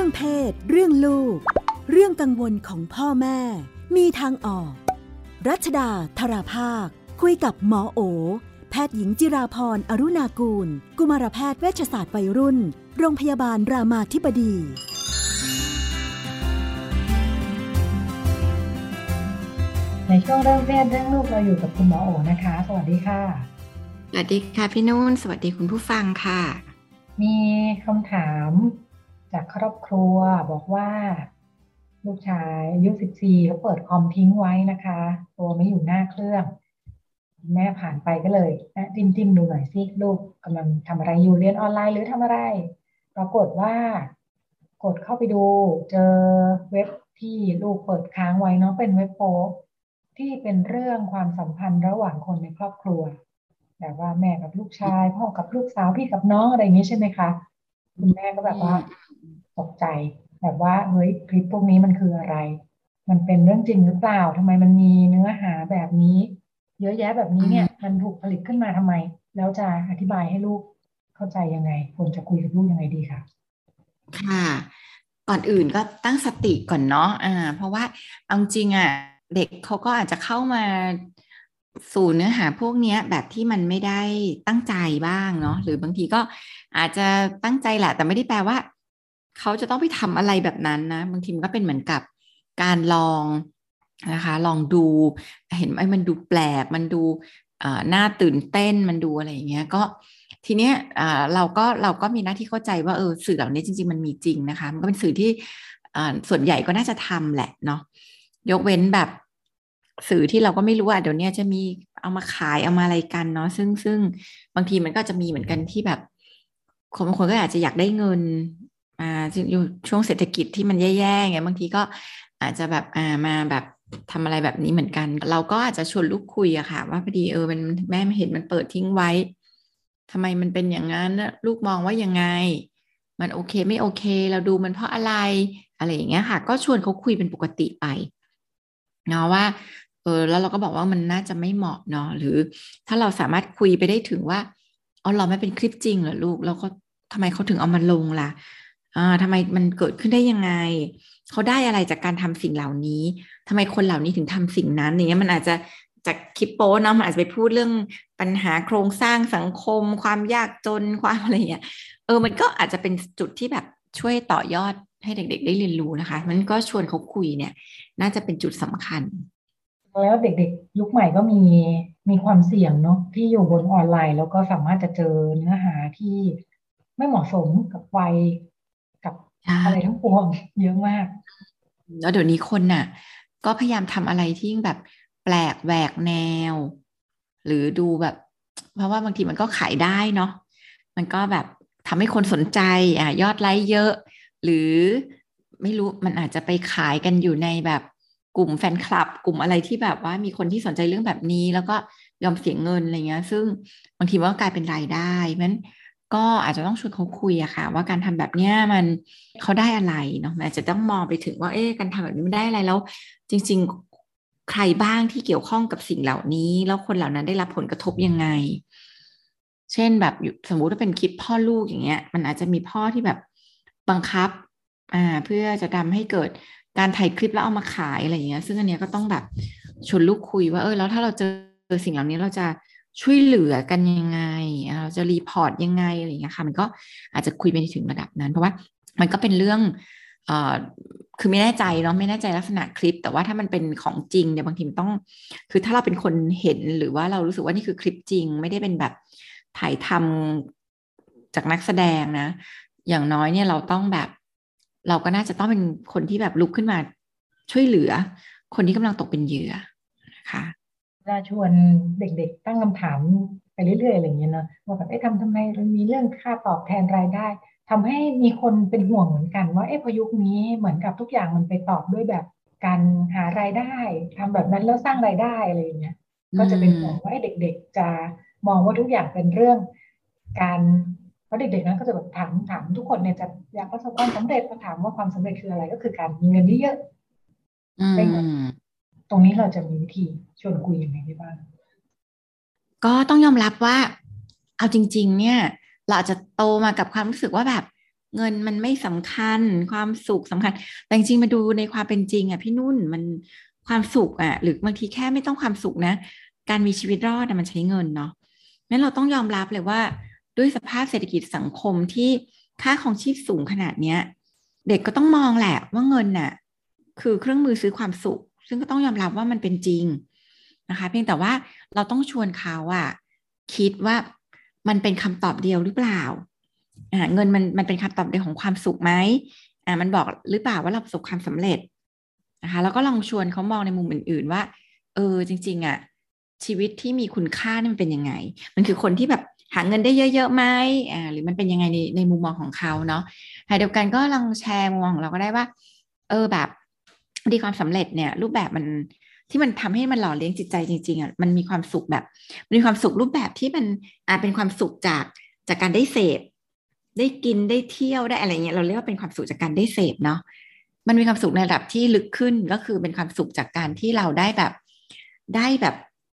เพศเรื่องลูกเรื่องกังวลของพ่อแม่มีทางออกรัชดาธราภาคคุยกับหมอโอแพทย์หญิงจิราพรอรุณากูลกุมารแพทย์เวชศาสตร์วัยรุ่นโรงพยาบาลรามาธิบดีในช่วงเรื่องเพศเรื่องลูกเราอยู่กับคุณหมอโอนะคะสวัสดีค่ะสวัสดีค่ะพี่นุ่นสวัสดีคุณผู้ฟังค่ะมีคำถามจากครอบครัวบอกว่าลูกชายอายุ14เขาเปิดคอมทิ้งไว้นะคะตัวไม่อยู่หน้าเครื่องแม่ผ่านไปก็เลยจิ้มดูหน่อยสิลูกกำลังทำอะไรอยู่เรียนออนไลน์หรือทำอะไรปรากฏว่ากดเข้าไปดูเจอเว็บที่ลูกเปิดค้างไว้เนาะเป็นเว็บโป๊ที่เป็นเรื่องความสัมพันธ์ระหว่างคนในครอบครัวแบบว่าแม่กับลูกชายพ่อกับลูกสาวพี่กับน้องอะไรอย่างนี้ใช่ไหมคะคุณแม่ก็แบบว่าตกใจแบบว่าเฮ้ยคลิปพวกนี้มันคืออะไรมันเป็นเรื่องจริงหรือเปล่าทำไมมันมีเนื้อหาแบบนี้เยอะแยะแบบนี้เนี่ยมันถูกผลิตขึ้นมาทำไมแล้วจะอธิบายให้ลูกเข้าใจยังไงควรจะคุยกับลูกยังไงดีคะค่ะก่อนอื่นก็ตั้งสติก่อนเนาะเพราะว่าเอาจริงอ่ะเด็กเขาก็อาจจะเข้ามาสู่เนื้อหาพวกนี้แบบที่มันไม่ได้ตั้งใจบ้างเนาะหรือบางทีก็อาจจะตั้งใจแหละแต่ไม่ได้แปลว่าเขาจะต้องไปทำอะไรแบบนั้นนะบางทีมันก็เป็นเหมือนกับการลองนะคะลองดูเห็นไหมมันดูแปลกมันดูน่าตื่นเต้นมันดูอะไรอย่างเงี้ยก็ทีเนี้ยเราก็มีหน้าที่เข้าใจว่าสื่อเหล่านี้จริงๆมันมีจริงนะคะมันก็เป็นสื่อที่ส่วนใหญ่ก็น่าจะทำแหละเนาะยกเว้นแบบสื่อที่เราก็ไม่รู้ว่าเดี๋ยวนี้จะมีเอามาขายเอามาอะไรกันเนาะซึ่งบางทีมันก็จะมีเหมือนกันที่แบบคนบางคนก็อาจจะอยากได้เงินอยู่ช่วงเศรษฐกิจที่มันแย่ๆไงบางทีก็อาจจะแบบมาแบบทำอะไรแบบนี้เหมือนกันเราก็อาจจะชวนลูกคุยอะค่ะว่าพอดีมันแม่เห็นมันเปิดทิ้งไว้ทำไมมันเป็นอย่างนั้นลูกมองว่ายังไงมันโอเคไม่โอเคเราดูมันเพราะอะไรอย่างเงี้ยค่ะก็ชวนเขาคุยเป็นปกติไปเนาะว่าแล้วเราก็บอกว่ามันน่าจะไม่เหมาะเนาะหรือถ้าเราสามารถคุยไปได้ถึงว่าอ๋อเราไม่เป็นคลิปจริงเหรอลูกแล้วก็ทำไมเขาถึงเอามาลงล่ะทำไมมันเกิดขึ้นได้ยังไงเขาได้อะไรจากการทำสิ่งเหล่านี้ทำไมคนเหล่านี้ถึงทำสิ่งนั้นอย่างเงี้ยมันอาจจะจากคลิปโป้เนาะมันอาจจะไปพูดเรื่องปัญหาโครงสร้างสังคมความยากจนความอะไรอย่างเงี้ยมันก็อาจจะเป็นจุดที่แบบช่วยต่อยอดให้เด็กๆได้เรียนรู้นะคะมันก็ชวนเขาคุยเนี่ยน่าจะเป็นจุดสำคัญแล้วเด็กๆยุคใหม่ก็มีความเสี่ยงเนาะที่อยู่บนออนไลน์แล้วก็สามารถจะเจอเนื้อหาที่ไม่เหมาะสมกับวัยกับใช่อะไรทั้งปวงเยอะมากแล้วเดี๋ยวนี้คนน่ะก็พยายามทำอะไรที่แบบแปลกแหวกแนวหรือดูแบบเพราะว่าบางทีมันก็ขายได้เนาะมันก็แบบทำให้คนสนใจยอดไลค์เยอะหรือไม่รู้มันอาจจะไปขายกันอยู่ในแบบกลุ่มแฟนคลับกลุ่มอะไรที่แบบว่ามีคนที่สนใจเรื่องแบบนี้แล้วก็ยอมเสียเงินอะไรเงี้ยซึ่งบางทีมันก็กลายเป็นรายได้มันก็อาจจะต้องชวนเขาคุยอะค่ะว่าการทำแบบเนี้ยมันเขาได้อะไรเนาะอาจจะต้องมองไปถึงว่าการทำแบบนี้มันได้อะไรแล้วจริงๆใครบ้างที่เกี่ยวข้องกับสิ่งเหล่านี้แล้วคนเหล่านั้นได้รับผลกระทบยังไงเช่นแบบสมมุติว่าเป็นคลิปพ่อลูกอย่างเงี้ยมันอาจจะมีพ่อที่แบบบังคับเพื่อจะทำให้เกิดการถ่ายคลิปแล้วเอามาขายอะไรอย่างเงี้ยซึ่งอันเนี้ยก็ต้องแบบชวนลูกคุยว่าแล้วถ้าเราเจอสิ่งเหล่านี้เราจะช่วยเหลือกันยังไงเราจะรีพอร์ตยังไงอะไรอย่างเงี้ยค่ะมันก็อาจจะคุยไปถึงระดับนั้นเพราะว่ามันก็เป็นเรื่องเอ่อคือไม่แน่ใจเนาะไม่แน่ใจลักษณะคลิปแต่ว่าถ้ามันเป็นของจริงเนี่ยบางทีมันต้องคือถ้าเราเป็นคนเห็นหรือว่าเรารู้สึกว่านี่คือคลิปจริงไม่ได้เป็นแบบถ่ายทำจากนักแสดงนะอย่างน้อยเนี่ยเราต้องแบบเราก็น่าจะต้องเป็นคนที่แบบลุกขึ้นมาช่วยเหลือคนที่กำลังตกเป็นเหยื่อนะคะจะชวนเด็กๆตั้งคำถามไปเรื่อยๆอะไรอย่างเงี้ยเนาะว่าแบบทำไมมันมีเรื่องค่าตอบแทนรายได้ทำให้มีคนเป็นห่วงเหมือนกันว่าพอยุคนี้เหมือนกับทุกอย่างมันไปตอบด้วยแบบการหารายได้ทำแบบนั้นแล้วสร้างรายได้อะไรอย่างเงี้ยอืก็จะเป็นห่วงว่ามเด็กๆจะมองว่าทุกอย่างเป็นเรื่องการเพราะเด็กๆนั้นก็จะแบบถามทุกคนเนี่ยจะอยากประสบความสำเร็จพอถามว่าความสำเร็จคืออะไรก็คือการมีเงินเยอะอืๆได้เงินมตรงนี้เราจะมีวิธีชวนคุยยังไงได้บ้างก็ต้องยอมรับว่าเอาจริงๆเนี่ยเราอาจจะโตมากับความรู้สึกว่าแบบเงินมันไม่สำคัญความสุขสำคัญแต่จริงๆมาดูในความเป็นจริงอ่ะพี่นุ่นมันความสุขอ่ะหรือบางทีแค่ไม่ต้องความสุขนะการมีชีวิตรอดมันใช้เงินเนาะงั้นเราต้องยอมรับเลยว่าด้วยสภาพเศรษฐกิจสังคมที่ค่าครองชีพสูงขนาดเนี้ยเด็กก็ต้องมองแหละว่าเงินน่ะคือเครื่องมือซื้อความสุขซึ่งก็ต้องยอมรับว่ามันเป็นจริงนะคะเพียงแต่ว่าเราต้องชวนเขาอ่ะคิดว่ามันเป็นคำตอบเดียวหรือเปล่าเงินมันเป็นคำตอบเดียวของความสุขไหมมันบอกหรือเปล่าว่าเราประสบความสำเร็จนะคะแล้วก็ลองชวนเขามองในมุมอื่นๆว่าจริงๆชีวิตที่มีคุณค่านี่มันเป็นยังไงมันคือคนที่แบบหาเงินได้เยอะๆไหมหรือมันเป็นยังไงในมุมมองของเขาเนาะเดียวกันก็ลองแชร์มุมมองของเราก็ได้ว่าแบบดีความสำเร็จเนี่ยรูปแบบมันที่มันทำให้มันหล่อเลี้ยงจิตใจจริงๆมันมีความสุขแบบมีความสุขรูปแบบที่มันเป็นความสุขจากการได้เสพได้กินได้เที่ยวได้อะไรเงี้ยเราเรียกว่าเป็นความสุขจากการได้เสพเนาะมันมีความสุขในระดับที่ลึกขึ้นก็คือเป็นความสุขจากการที่เราได้แบบ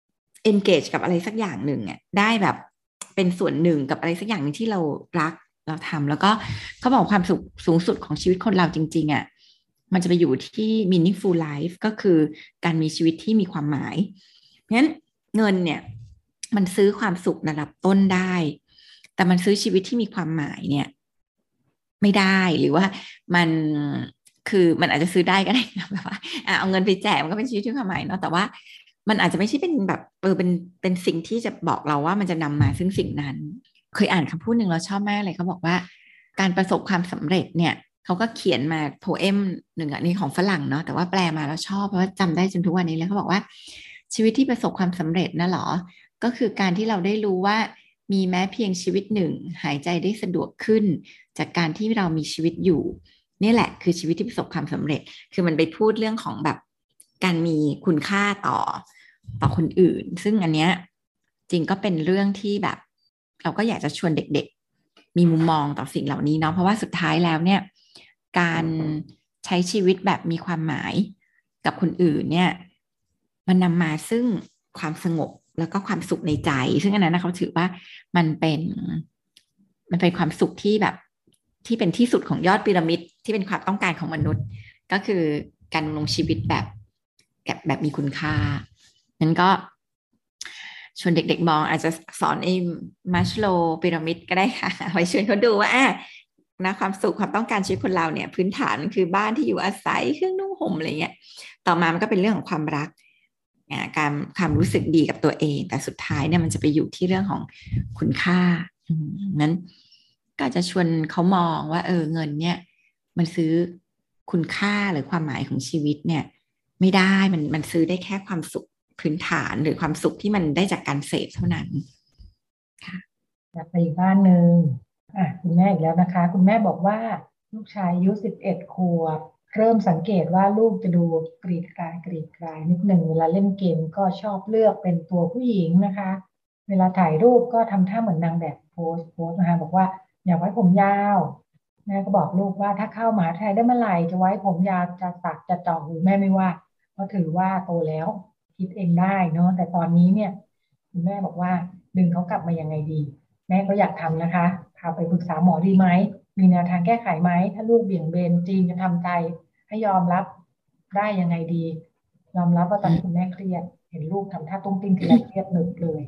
engage กับอะไรสักอย่างหนึ่งได้แบบเป็นส่วนหนึ่งกับอะไรสักอย่างนึงที่เรารักเราทำแล้วก็เขาบอกความสุขสูงสุดของชีวิตคนเราจริงๆมันจะไปอยู่ที่ meaningful life ก็คือการมีชีวิตที่มีความหมายงั้นเงินเนี่ยมันซื้อความสุขระดับต้นได้แต่มันซื้อชีวิตที่มีความหมายเนี่ยไม่ได้หรือว่ามันคือมันอาจจะซื้อได้ก็ได้นะแบบว่าเอาเงินไปแจกมันก็เป็นชีวิตที่มีความหมายเนาะแต่ว่ามันอาจจะไม่ใช่เป็นแบบเป็นสิ่งที่จะบอกเราว่ามันจะนำมาซึ่งสิ่งนั้นเคยอ่านคำพูดหนึ่งเราชอบมากเลยเขาบอกว่าการประสบความสำเร็จเนี่ยเขาก็เขียนมาโพเอมหนึ่งนี่ของฝรั่งเนาะแต่ว่าแปลมาแล้วชอบเพราะว่าจำได้จนทุกวันนี้เลยเขาบอกว่าชีวิตที่ประสบความสำเร็จนะหรอก็คือการที่เราได้รู้ว่ามีแม้เพียงชีวิตหนึ่งหายใจได้สะดวกขึ้นจากการที่เรามีชีวิตอยู่นี่แหละคือชีวิตที่ประสบความสำเร็จคือมันไปพูดเรื่องของแบบการมีคุณค่าต่อคนอื่นซึ่งอันเนี้ยจริงก็เป็นเรื่องที่แบบเราก็อยากจะชวนเด็กๆมีมุมมองต่อสิ่งเหล่านี้เนาะเพราะว่าสุดท้ายแล้วเนี่ยการใช้ชีวิตแบบมีความหมายกับคนอื่นเนี่ยมันนำมาซึ่งความสงบแล้วก็ความสุขในใจซึ่งอันนั้นนะเขาถือว่ามันเป็นความสุขที่แบบที่เป็นที่สุดของยอดพีระมิดที่เป็นความต้องการของมนุษย์ก็คือการดำรงชีวิตแบบมีคุณค่านั้นก็ชวนเด็กๆมองอาจจะสอนไอ้มัชโลว์พีระมิดก็ได้ค่ะไปชวนเขาดูว่านะความสุขความต้องการชีวิตคนเราเนี่ยพื้นฐานมันคือบ้านที่อยู่อาศัยเครื่องนุ่งห่มอะไรเงี้ยต่อมามันก็เป็นเรื่องของความรักการความรู้สึกดีกับตัวเองแต่สุดท้ายเนี่ยมันจะไปอยู่ที่เรื่องของคุณค่านั้นก็จะชวนเขามองว่าเงินเนี่ยมันซื้อคุณค่าหรือความหมายของชีวิตเนี่ยไม่ได้มันซื้อได้แค่ความสุขพื้นฐานหรือความสุขที่มันได้จากการเสพเท่านั้นค่ะอยากไปอีกบ้านหนึ่งคุณแม่อีกแล้วนะคะคุณแม่บอกว่าลูกชายอายุ11 ขวบเริ่มสังเกตว่าลูกจะดูกรีดกรายนิดหนึ่งเวลาเล่นเกมก็ชอบเลือกเป็นตัวผู้หญิงนะคะเวลาถ่ายรูปก็ทำท่าเหมือนนางแบบโพสนะคะบอกว่าอยากไว้ผมยาวแม่ก็บอกลูกว่าถ้าเข้ามหาวิทยาลัยได้เมื่อไหร่จะไว้ผมยาวจะสักจะเจาะหูแม่ไม่ว่าเพราะถือว่าโตแล้วคิดเองได้เนาะแต่ตอนนี้เนี่ยคุณแม่บอกว่าดึงเขากลับมายังไงดีแม่ก็อยากทำนะคะพาไปปรึกษาหมอดีไหมมีแนวทางแก้ไขไหมถ้าลูกเบี่ยงเบนจีนจะทำใจให้ยอมรับได้ยังไงดียอมรับว่าตอนนี้คุณแม่เครียดเห็นลูกทำท่าตุ้งติ้งทีไรเครียดหนึบเลย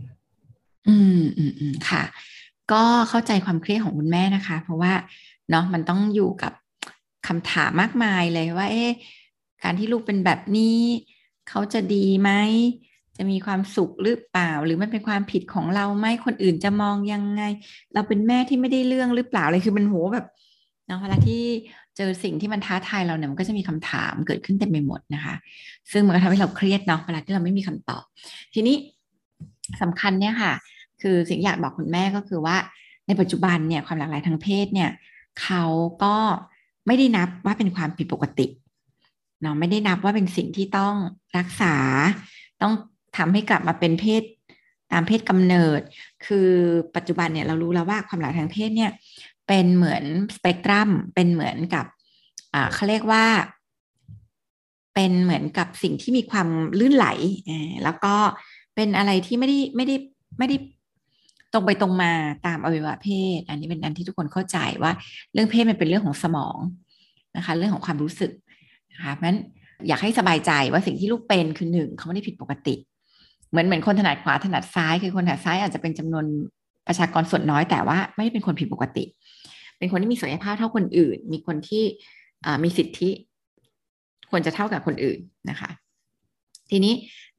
ค่ะก็เข้าใจความเครียดของคุณแม่นะคะเพราะว่าเนาะมันต้องอยู่กับคำถามมากมายเลยว่าการที่ลูกเป็นแบบนี้เขาจะดีไหมจะมีความสุขหรือเปล่าหรือมันเป็นความผิดของเราไหมคนอื่นจะมองยังไงเราเป็นแม่ที่ไม่ได้เรื่องหรือเปล่าอะไรคือมันโหแบบเนาะเวลาที่เจอสิ่งที่มันท้าทายเราเนี่ยมันก็จะมีคำถามเกิดขึ้นเต็มไปหมดนะคะซึ่งมันก็ทำให้เราเครียดเนาะเวลาที่เราไม่มีคำตอบทีนี้สำคัญเนี่ยค่ะคือสิ่งอยากบอกคุณแม่ก็คือว่าในปัจจุบันเนี่ยความหลากหลายทางเพศเนี่ยเขาก็ไม่ได้นับว่าเป็นความผิดปกติเนาะไม่ได้นับว่าเป็นสิ่งที่ต้องรักษาต้องทำให้กลับมาเป็นเพศตามเพศกำเนิดคือปัจจุบันเนี่ยเรารู้แล้วว่าความหลากหลายทางเพศเนี่ยเป็นเหมือนสเปกตรัมเป็นเหมือนกับเขาเรียกว่าเป็นเหมือนกับสิ่งที่มีความลื่นไหลแล้วก็เป็นอะไรที่ไม่ได้ตรงไปตรงมาตามอวัยวะเพศอันนี้เป็นอันที่ทุกคนเข้าใจว่าเรื่องเพศมันเป็นเรื่องของสมองนะคะเรื่องของความรู้สึกนะคะเพราะฉะนั้นอยากให้สบายใจว่าสิ่งที่ลูกเป็นคือหนึ่งเขาไม่ได้ผิดปกติเหมือนคนถนัดขวาถนัดซ้ายคือคนถนัดซ้ายอาจจะเป็นจำนวนประชากรส่วนน้อยแต่ว่าไม่ได้เป็นคนผิดปกติเป็นคนที่มีศักยภาพเท่าคนอื่นมีคนที่มีสิทธิควรจะเท่ากับคนอื่นนะคะทีนี้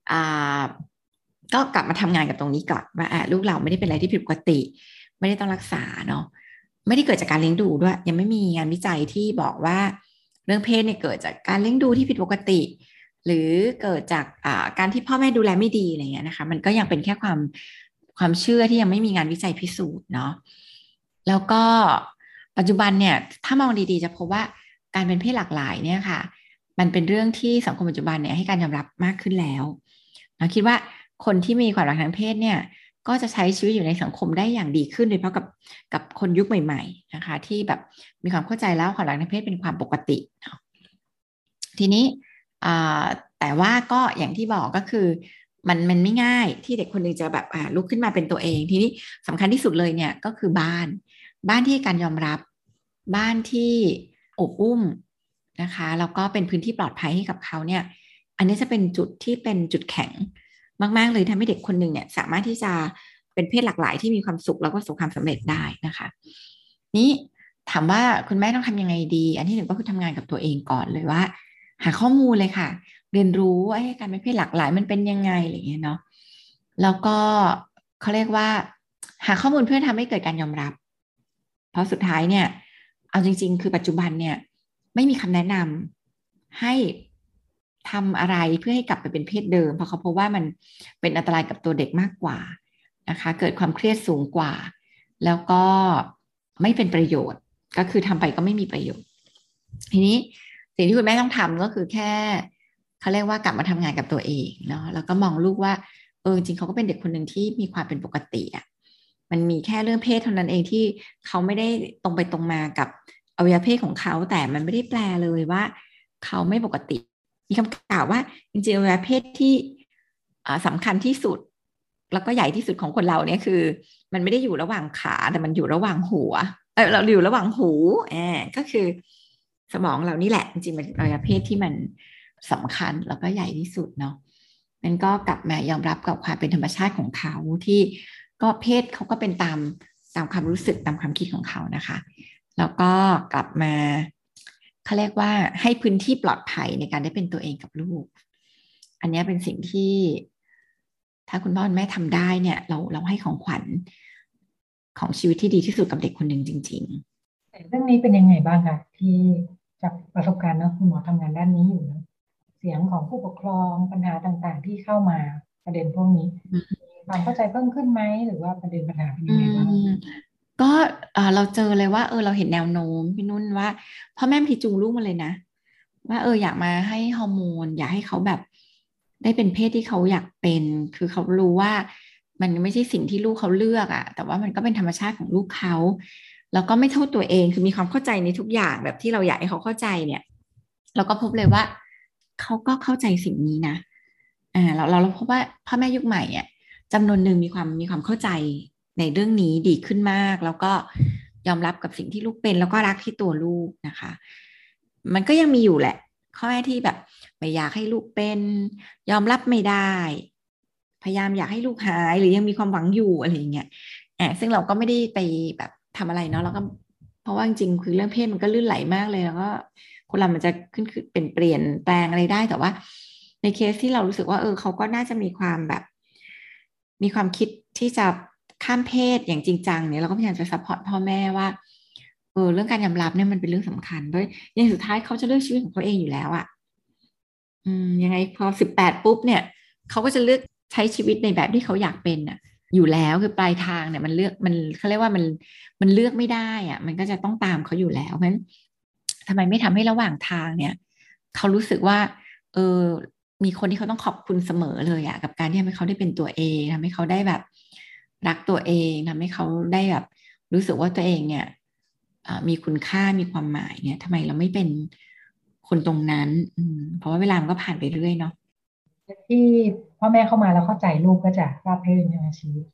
ก็กลับมาทำงานกับตรงนี้ก่อนว่าลูกเราไม่ได้เป็นอะไรที่ผิดปกติไม่ได้ต้องรักษาเนาะไม่ได้เกิดจากการเลี้ยงดูด้วยยังไม่มีงานวิจัยที่บอกว่าเรื่องเพศเนี่ยเกิดจากการเลี้ยงดูที่ผิดปกติหรือเกิดจากการที่พ่อแม่ดูแลไม่ดีอะไรเงี้ยนะคะมันก็ยังเป็นแค่ความเชื่อที่ยังไม่มีงานวิจัยพิสูจน์เนาะแล้วก็ปัจจุบันเนี่ยถ้ามองดีๆจะพบว่าการเป็นเพศหลากหลายเนี่ยค่ะมันเป็นเรื่องที่สังคมปัจจุบันเนี่ยให้การยอมรับมากขึ้นแล้วเราคิดว่าคนที่มีความหลากหลายทางเพศเนี่ยก็จะใช้ชีวิตอยู่ในสังคมได้อย่างดีขึ้นโดยเฉพาะกับคนยุคใหม่ๆนะคะที่แบบมีความเข้าใจแล้วความหลากหลายทางเพศเป็นความปกติเนาะทีนี้แต่ว่าก็อย่างที่บอกก็คือมันไม่ง่ายที่เด็กคนหนึ่งจะแบบลุกขึ้นมาเป็นตัวเองทีนี้สำคัญที่สุดเลยเนี่ยก็คือบ้านที่การยอมรับบ้านที่อบอุ้มนะคะแล้วก็เป็นพื้นที่ปลอดภัยให้กับเขาเนี่ยอันนี้จะเป็นจุดที่เป็นจุดแข็งมากๆเลยทำให้เด็กคนหนึ่งเนี่ยสามารถที่จะเป็นเพศหลากหลายที่มีความสุขแล้วก็ประสบความสำเร็จได้นะคะนี้ถามว่าคุณแม่ต้องทำยังไงดีอันที่หนึ่งก็คือทำงานกับตัวเองก่อนเลยว่าหาข้อมูลเลยค่ะเรียนรู้ว่าการเป็นเพศหลากหลายมันเป็นยังไงอะไรอย่างเงี้ยเนาะแล้วก็เขาเรียกว่าหาข้อมูลเพื่อทำให้เกิดการยอมรับเพราะสุดท้ายเนี่ยเอาจริงๆคือปัจจุบันเนี่ยไม่มีคำแนะนำให้ทำอะไรเพื่อให้กลับไปเป็นเพศเดิมเพราะเขาพบว่ามันเป็นอันตรายกับตัวเด็กมากกว่านะคะเกิดความเครียดสูงกว่าแล้วก็ไม่เป็นประโยชน์ก็คือทำไปก็ไม่มีประโยชน์ทีนี้สิ่งที่คุณแม่ต้องทำก็คือแค่เขาเรียกว่ากลับมาทำงานกับตัวเองเนาะแล้วก็มองลูกว่าจริงเขาก็เป็นเด็กคนหนึ่งที่มีความเป็นปกติอ่ะมันมีแค่เรื่องเพศเท่านั้นเองที่เขาไม่ได้ตรงไปตรงมากับอวัยวะเพศของเขาแต่มันไม่ได้แปลเลยว่าเขาไม่ปกติมีคำกล่าวว่าจริงๆอวัยวะเพศที่สำคัญที่สุดแล้วก็ใหญ่ที่สุดของคนเราเนี่ยคือมันไม่ได้อยู่ระหว่างขาแต่มันอยู่ระหว่างหัวเราอยู่ระหว่างหูก็คือสมองเรานี่แหละจริงๆมันอวัยวะเพศที่มันสำคัญแล้วก็ใหญ่ที่สุดเนาะมันก็กลับมายอมรับกับความเป็นธรรมชาติของเขาที่ก็เพศเขาก็เป็นตามความรู้สึกตามความคิดของเขานะคะแล้วก็กลับมาเขาเรียกว่าให้พื้นที่ปลอดภัยในการได้เป็นตัวเองกับลูกอันนี้เป็นสิ่งที่ถ้าคุณพ่อคุณแม่ทำได้เนี่ยเราให้ของขวัญของชีวิตที่ดีที่สุดกับเด็กคนหนึ่งจริงๆแต่เรื่องนี้เป็นยังไงบ้างคะที่จากประสบการณ์นะคุณหมอทำงานด้านนี้อยู่นะเสียงของผู้ปกครองปัญหาต่างๆที่เข้ามาประเด็นพวกนี้มีความเข้าใจเพิ่มขึ้นไหมหรือว่าประเด็นปัญหาเป็นยังไงบ้างก็เราเจอเลยว่าเราเห็นแนวโน้มพี่นุ่นว่าพ่อแม่พี่จูงลูกมาเลยนะว่าอยากมาให้ฮอร์โมนอยากให้เขาแบบได้เป็นเพศที่เขาอยากเป็นคือเขารู้ว่ามันไม่ใช่สิ่งที่ลูกเขาเลือกอะแต่ว่ามันก็เป็นธรรมชาติของลูกเขาแล้วก็ไม่โทษตัวเองคือมีความเข้าใจในทุกอย่างแบบที่เราอยากให้เขาเข้าใจเนี่ยเราก็พบเลยว่าเขาก็เข้าใจสิ่งนี้นะเราพบว่าพ่อแม่ยุคใหม่เนี่ยจำนวนหนึ่งมีความเข้าใจในเรื่องนี้ดีขึ้นมากแล้วก็ยอมรับกับสิ่งที่ลูกเป็นแล้วก็รักที่ตัวลูกนะคะมันก็ยังมีอยู่แหละข้อแม้ที่แบบไม่อยากให้ลูกเป็นยอมรับไม่ได้พยายามอยากให้ลูกหายหรือยังมีความหวังอยู่อะไรอย่างเงี้ยซึ่งเราก็ไม่ได้ไปแบบทำอะไรเนาะแล้วก็เพราะว่าจริงๆคือเรื่องเพศมันก็ลื่นไหลมากเลยแล้วก็คนเรามันจะขึ้นเป็นเปลี่ยนแปลงอะไรได้แต่ว่าในเคสที่เรารู้สึกว่าเขาก็น่าจะมีความแบบมีความคิดที่จะข้ามเพศอย่างจริงจังเนี่ยเราก็พยายามจะซัพพอร์ตพ่อแม่ว่าเรื่องการยอมรับเนี่ยมันเป็นเรื่องสำคัญด้วยในสุดท้ายเขาจะเลือกชีวิตของเขาเองอยู่แล้วอ่ะยังไงพอ18ปุ๊บเนี่ยเขาก็จะเลือกใช้ชีวิตในแบบที่เขาอยากเป็นอ่ะอยู่แล้วคือปลายทางเนี่ยมันเลือกมันเขาเรียกว่ามันเลือกไม่ได้อ่ะมันก็จะต้องตามเขาอยู่แล้วเพราะฉะนั้นทำไมไม่ทำให้ระหว่างทางเนี่ยเขารู้สึกว่ามีคนที่เขาต้องขอบคุณเสมอเลยอะกับการที่ทำให้เขาได้เป็นตัวเองทำให้เขาได้แบบรักตัวเองทำให้เขาได้แบบรู้สึกว่าตัวเองเนี่ยมีคุณค่ามีความหมายเนี่ยทำไมเราไม่เป็นคนตรงนั้นเพราะว่าเวลามันก็ผ่านไปเรื่อยเนาะที่พ่อแม่เข้ามาแล้วเข้าใจลูกก็จะราบรื่นในชีวิต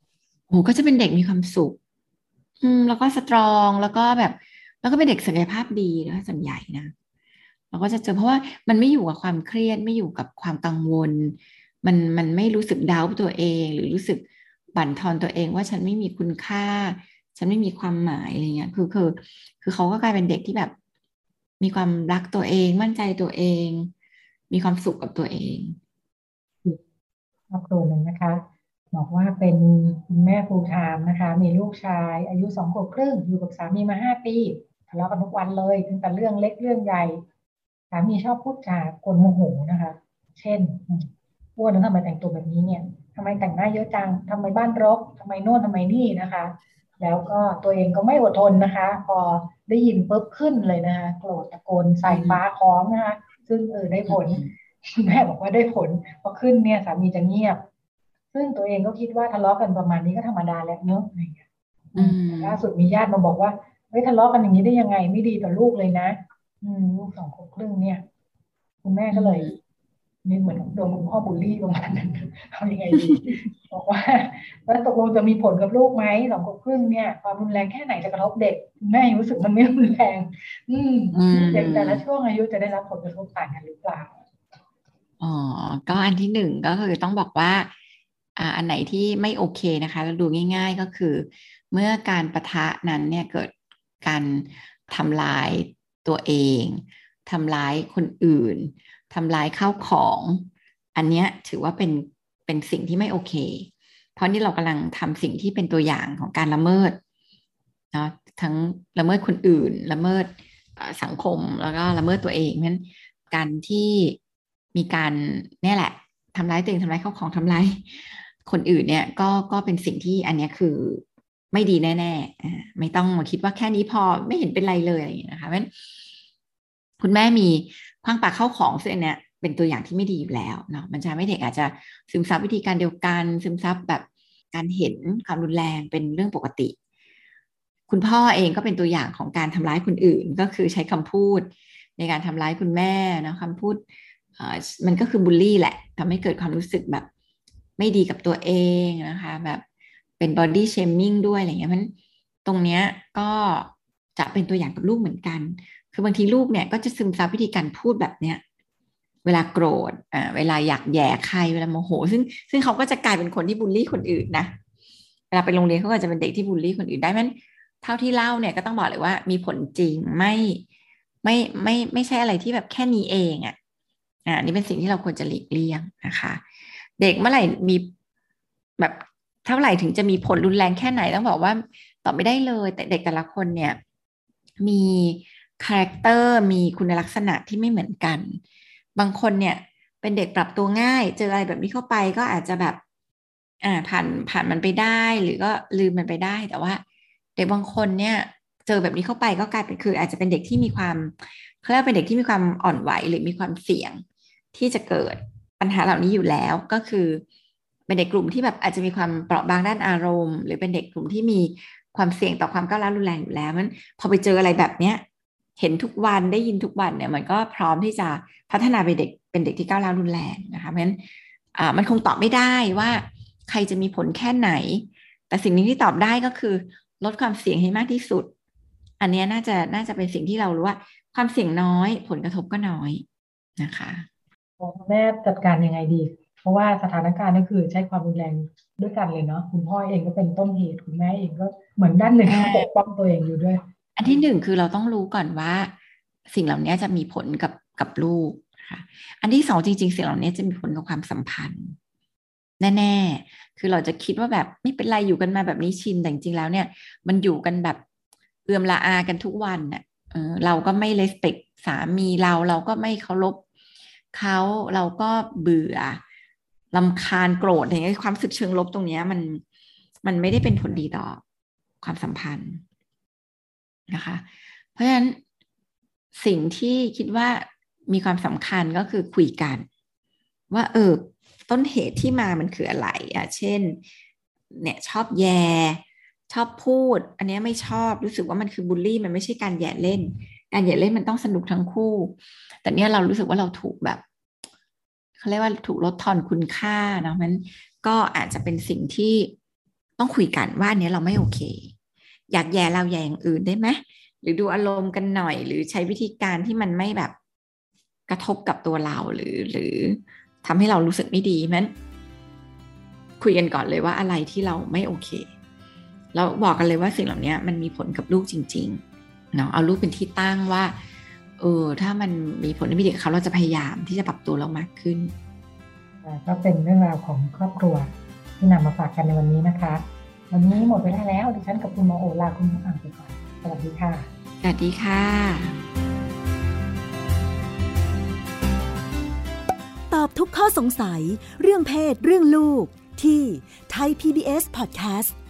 โอ้ก็จะเป็นเด็กมีความสุขแล้วก็สตรองแล้วก็แบบแล้วก็เป็นเด็กศักยภาพดีนะส่วนใหญ่นะเราก็จะเจอเพราะว่ามันไม่อยู่กับความเครียดไม่อยู่กับความกังวลมันไม่รู้สึกดาวน์ตัวเองหรือรู้สึกบั่นทอนตัวเองว่าฉันไม่มีคุณค่าฉันไม่มีความหมายอะไรเงี้ยคือเขาก็กลายเป็นเด็กที่แบบมีความรักตัวเองมั่นใจตัวเองมีความสุขกับตัวเองครอบครัวหนึ่งนะคะบอกว่าเป็นคุณแม่ full time นะคะมีลูกชายอายุ2 ขวบครึ่งอยู่กับสามีมา5 ปีทะเลาะกันทุกวันเลยตั้งแต่เรื่องเล็กเรื่องใหญ่สามีชอบพูดจากวนโมโหนะคะเช่นอ้วนแล้วทำไมแต่งตัวแบบนี้เนี่ยทำไมแต่งหน้าเยอะจังทำไมบ้านรกทำไมโน่นทำไมนี่นะคะแล้วก็ตัวเองก็ไม่อดทนนะคะพอได้ยินปุ๊บขึ้นเลยนะคะโกรธตะโกนใส่ฟ้าค้องนะคะซึ่งได้ผลแม่บอกว่าได้ผลพอขึ้นเนี่ยสามีจะเงียบซึ่งตัวเองก็คิดว่าทะเลาะกันประมาณนี้ก็ธรรมดาแล้วเนอะอะไรอย่างเงี้ยแต่ล่าสุดมีญาติมาบอกว่าเฮ้ยทะเลาะกันอย่างนี้ได้ยังไงไม่ดีต่อลูกเลยนะลูก2 ขวบครึ่งเนี่ยคุณแม่ก็เลยนี่เหมือนโดนคุณพ่อบูลลี่ประมาณนั้นทำยังไงดีบอกว่าแล้วตกลงจะมีผลกับลูกไหม2 ขวบครึ่งเนี่ยความรุนแรงแค่ไหนจะกระทบเด็กแม่รู้สึกมันไม่รุนแรงเด็กแต่ละช่วงอายุจะได้รับผลกระทบต่างกันหรือเปล่าอ๋อก็อันที่หนึ่งก็คือต้องบอกว่าอันไหนที่ไม่โอเคนะคะเราดูง่ายๆก็คือเมื่อการปะทะนั้นเนี่ยเกิดการทำลายตัวเองทำร้ายคนอื่นทำร้ายข้าวของอันเนี้ยถือว่าเป็นสิ่งที่ไม่โอเคเพราะนี่เรากำลังทำสิ่งที่เป็นตัวอย่างของการละเมิดเนาะทั้งละเมิดคนอื่นละเมิดสังคมแล้วก็ละเมิดตัวเองเพราะฉะนั้นการที่มีการเนี่ยแหละทำร้ายตัวเองทำร้ายข้าวของทำร้ายคนอื่นเนี่ยก็เป็นสิ่งที่อันเนี้ยคือไม่ดีแน่ๆไม่ต้องมาคิดว่าแค่นี้พอไม่เห็นเป็นไรเลยอะไรอย่างเงี้ยนะคะเพราะฉะนั้นคุณแม่มีขว้างปาเข้าของซึ่งอันเนี้ยเป็นตัวอย่างที่ไม่ดีอยู่แล้วเนาะมันจะไม่เด็กอาจจะซึมซับวิธีการเดียวกันซึมซับแบบการเห็นความรุนแรงเป็นเรื่องปกติคุณพ่อเองก็เป็นตัวอย่างของการทำร้ายคนอื่นก็คือใช้คำพูดในการทำร้ายคุณแม่นะคำพูดมันก็คือบูลลี่แหละทำให้เกิดความรู้สึกแบบไม่ดีกับตัวเองนะคะแบบเป็นบอดี้เชมมิ่งด้วยอะไรเงี้ยมันตรงเนี้ยก็จะเป็นตัวอย่างกับลูกเหมือนกันคือบางทีลูกเนี่ยก็จะซึมซับวิธีการพูดแบบเนี้ยเวลาโกรธเวลาอยากแย่ใครเวลาโมโหซึ่งเขาก็จะกลายเป็นคนที่บูลลี่คนอื่นนะเวลาไปโรงเรียนเขาก็จะเป็นเด็กที่บูลลี่คนอื่นได้มันเท่าที่เล่าเนี่ยก็ต้องบอกเลยว่ามีผลจริงไม่ใช่อะไรที่แบบแค่นี้เองอ่ะนี่เป็นสิ่งที่เราควรจะหลีกเลี่ยงนะคะเด็กเมื่อไหร่มีแบบเท่าไหร่ถึงจะมีผลรุนแรงแค่ไหนต้องบอกว่าตอบไม่ได้เลยแต่เด็กแต่ละคนเนี่ยมีคาแรคเตอร์มีคุณลักษณะที่ไม่เหมือนกันบางคนเนี่ยเป็นเด็กปรับตัวง่ายเจออะไรแบบนี้เข้าไปก็อาจจะแบบผ่านมันไปได้หรือก็ลืมมันไปได้แต่ว่าเด็กบางคนเนี่ยเจอแบบนี้เข้าไปก็กลายเป็นคืออาจจะเป็นเด็กที่มีความเขาเรียกเป็นเด็กที่มีความอ่อนไหวหรือมีความเสี่ยงที่จะเกิดปัญหาเหล่านี้อยู่แล้วก็คือเป็นเด็กกลุ่มที่แบบอาจจะมีความเปราะบางด้านอารมณ์หรือเป็นเด็กกลุ่มที่มีความเสี่ยงต่อความก้าวร้าวรุนแรงอยู่แล้วมันพอไปเจออะไรแบบเนี้ยเห็นทุกวันได้ยินทุกวันเนี่ยมันก็พร้อมที่จะพัฒนาเป็นเด็กที่ก้าวร้าวรุนแรงนะคะเพราะฉะนั้นมันคงตอบไม่ได้ว่าใครจะมีผลแค่ไหนแต่สิ่งนี้ที่ตอบได้ก็คือลดความเสี่ยงให้มากที่สุดอันนี้น่าจะเป็นสิ่งที่เรารู้ว่าความเสี่ยงน้อยผลกระทบก็น้อยนะคะแม่จัดการยังไงดีเพราะว่าสถานการณ์ก็คือใช้ความรุนแรงด้วยกันเลยเนาะคุณพ่อเองก็เป็นต้นเหตุคุณแม่เองก็เหมือนด้านหนึ่งก็ปกป้องตัวเองอยู่ด้วยอันที่หนึ่งคือเราต้องรู้ก่อนว่าสิ่งเหล่านี้จะมีผลกับลูกนะคะอันที่สองจริงๆสิ่งเหล่านี้จะมีผลกับความสัมพันธ์แน่ๆคือเราจะคิดว่าแบบไม่เป็นไรอยู่กันมาแบบนี้ชินแต่จริงๆแล้วเนี่ยมันอยู่กันแบบเอื่อมละอากันทุกวันเนี่ยเราก็ไม่เลสเปคสามีเราก็ไม่เคารพเขาเราก็เบื่อรำคาญโกรธอย่างเงี้ยความรู้สึกเชิงลบตรงเนี้ยมันไม่ได้เป็นผลดีต่อความสัมพันธ์นะคะเพราะฉะนั้นสิ่งที่คิดว่ามีความสำคัญก็คือคุยกันว่าต้นเหตุที่มามันคืออะไรเช่นเนี่ยชอบแย่ชอบพูดอันนี้ไม่ชอบรู้สึกว่ามันคือบูลลี่มันไม่ใช่การแย่เล่นการแย่เล่นมันต้องสนุกทั้งคู่แต่เนี่ยเรารู้สึกว่าเราถูกแบบเขาเรียกว่าถูกลดทอนคุณค่าเนาะมันก็อาจจะเป็นสิ่งที่ต้องคุยกันว่าอันนี้เราไม่โอเคอยากแย่เราแย่อย่างอื่นได้ไหมหรือดูอารมณ์กันหน่อยหรือใช้วิธีการที่มันไม่แบบกระทบกับตัวเราหรือทำให้เรารู้สึกไม่ดีมั้นคุยกันก่อนเลยว่าอะไรที่เราไม่โอเคแล้วบอกกันเลยว่าสิ่งเหล่านี้มันมีผลกับลูกจริงๆเนาะเอาลูกเป็นที่ตั้งว่าถ้ามันมีผลไม่ดีกับเขาเราจะพยายามที่จะปรับตัวเรามากขึ้นก็เป็นเรื่องราวของครอบครัวที่นำมาฝากกันในวันนี้นะคะวันนี้หมดเวลาแล้วดิฉันกับคุณหมอโอลาคุณผู้ฟังไปก่อนสวัสดีค่ะสวัสดีค่ะตอบทุกข้อสงสัยเรื่องเพศเรื่องลูกที่ Thai PBS Podcast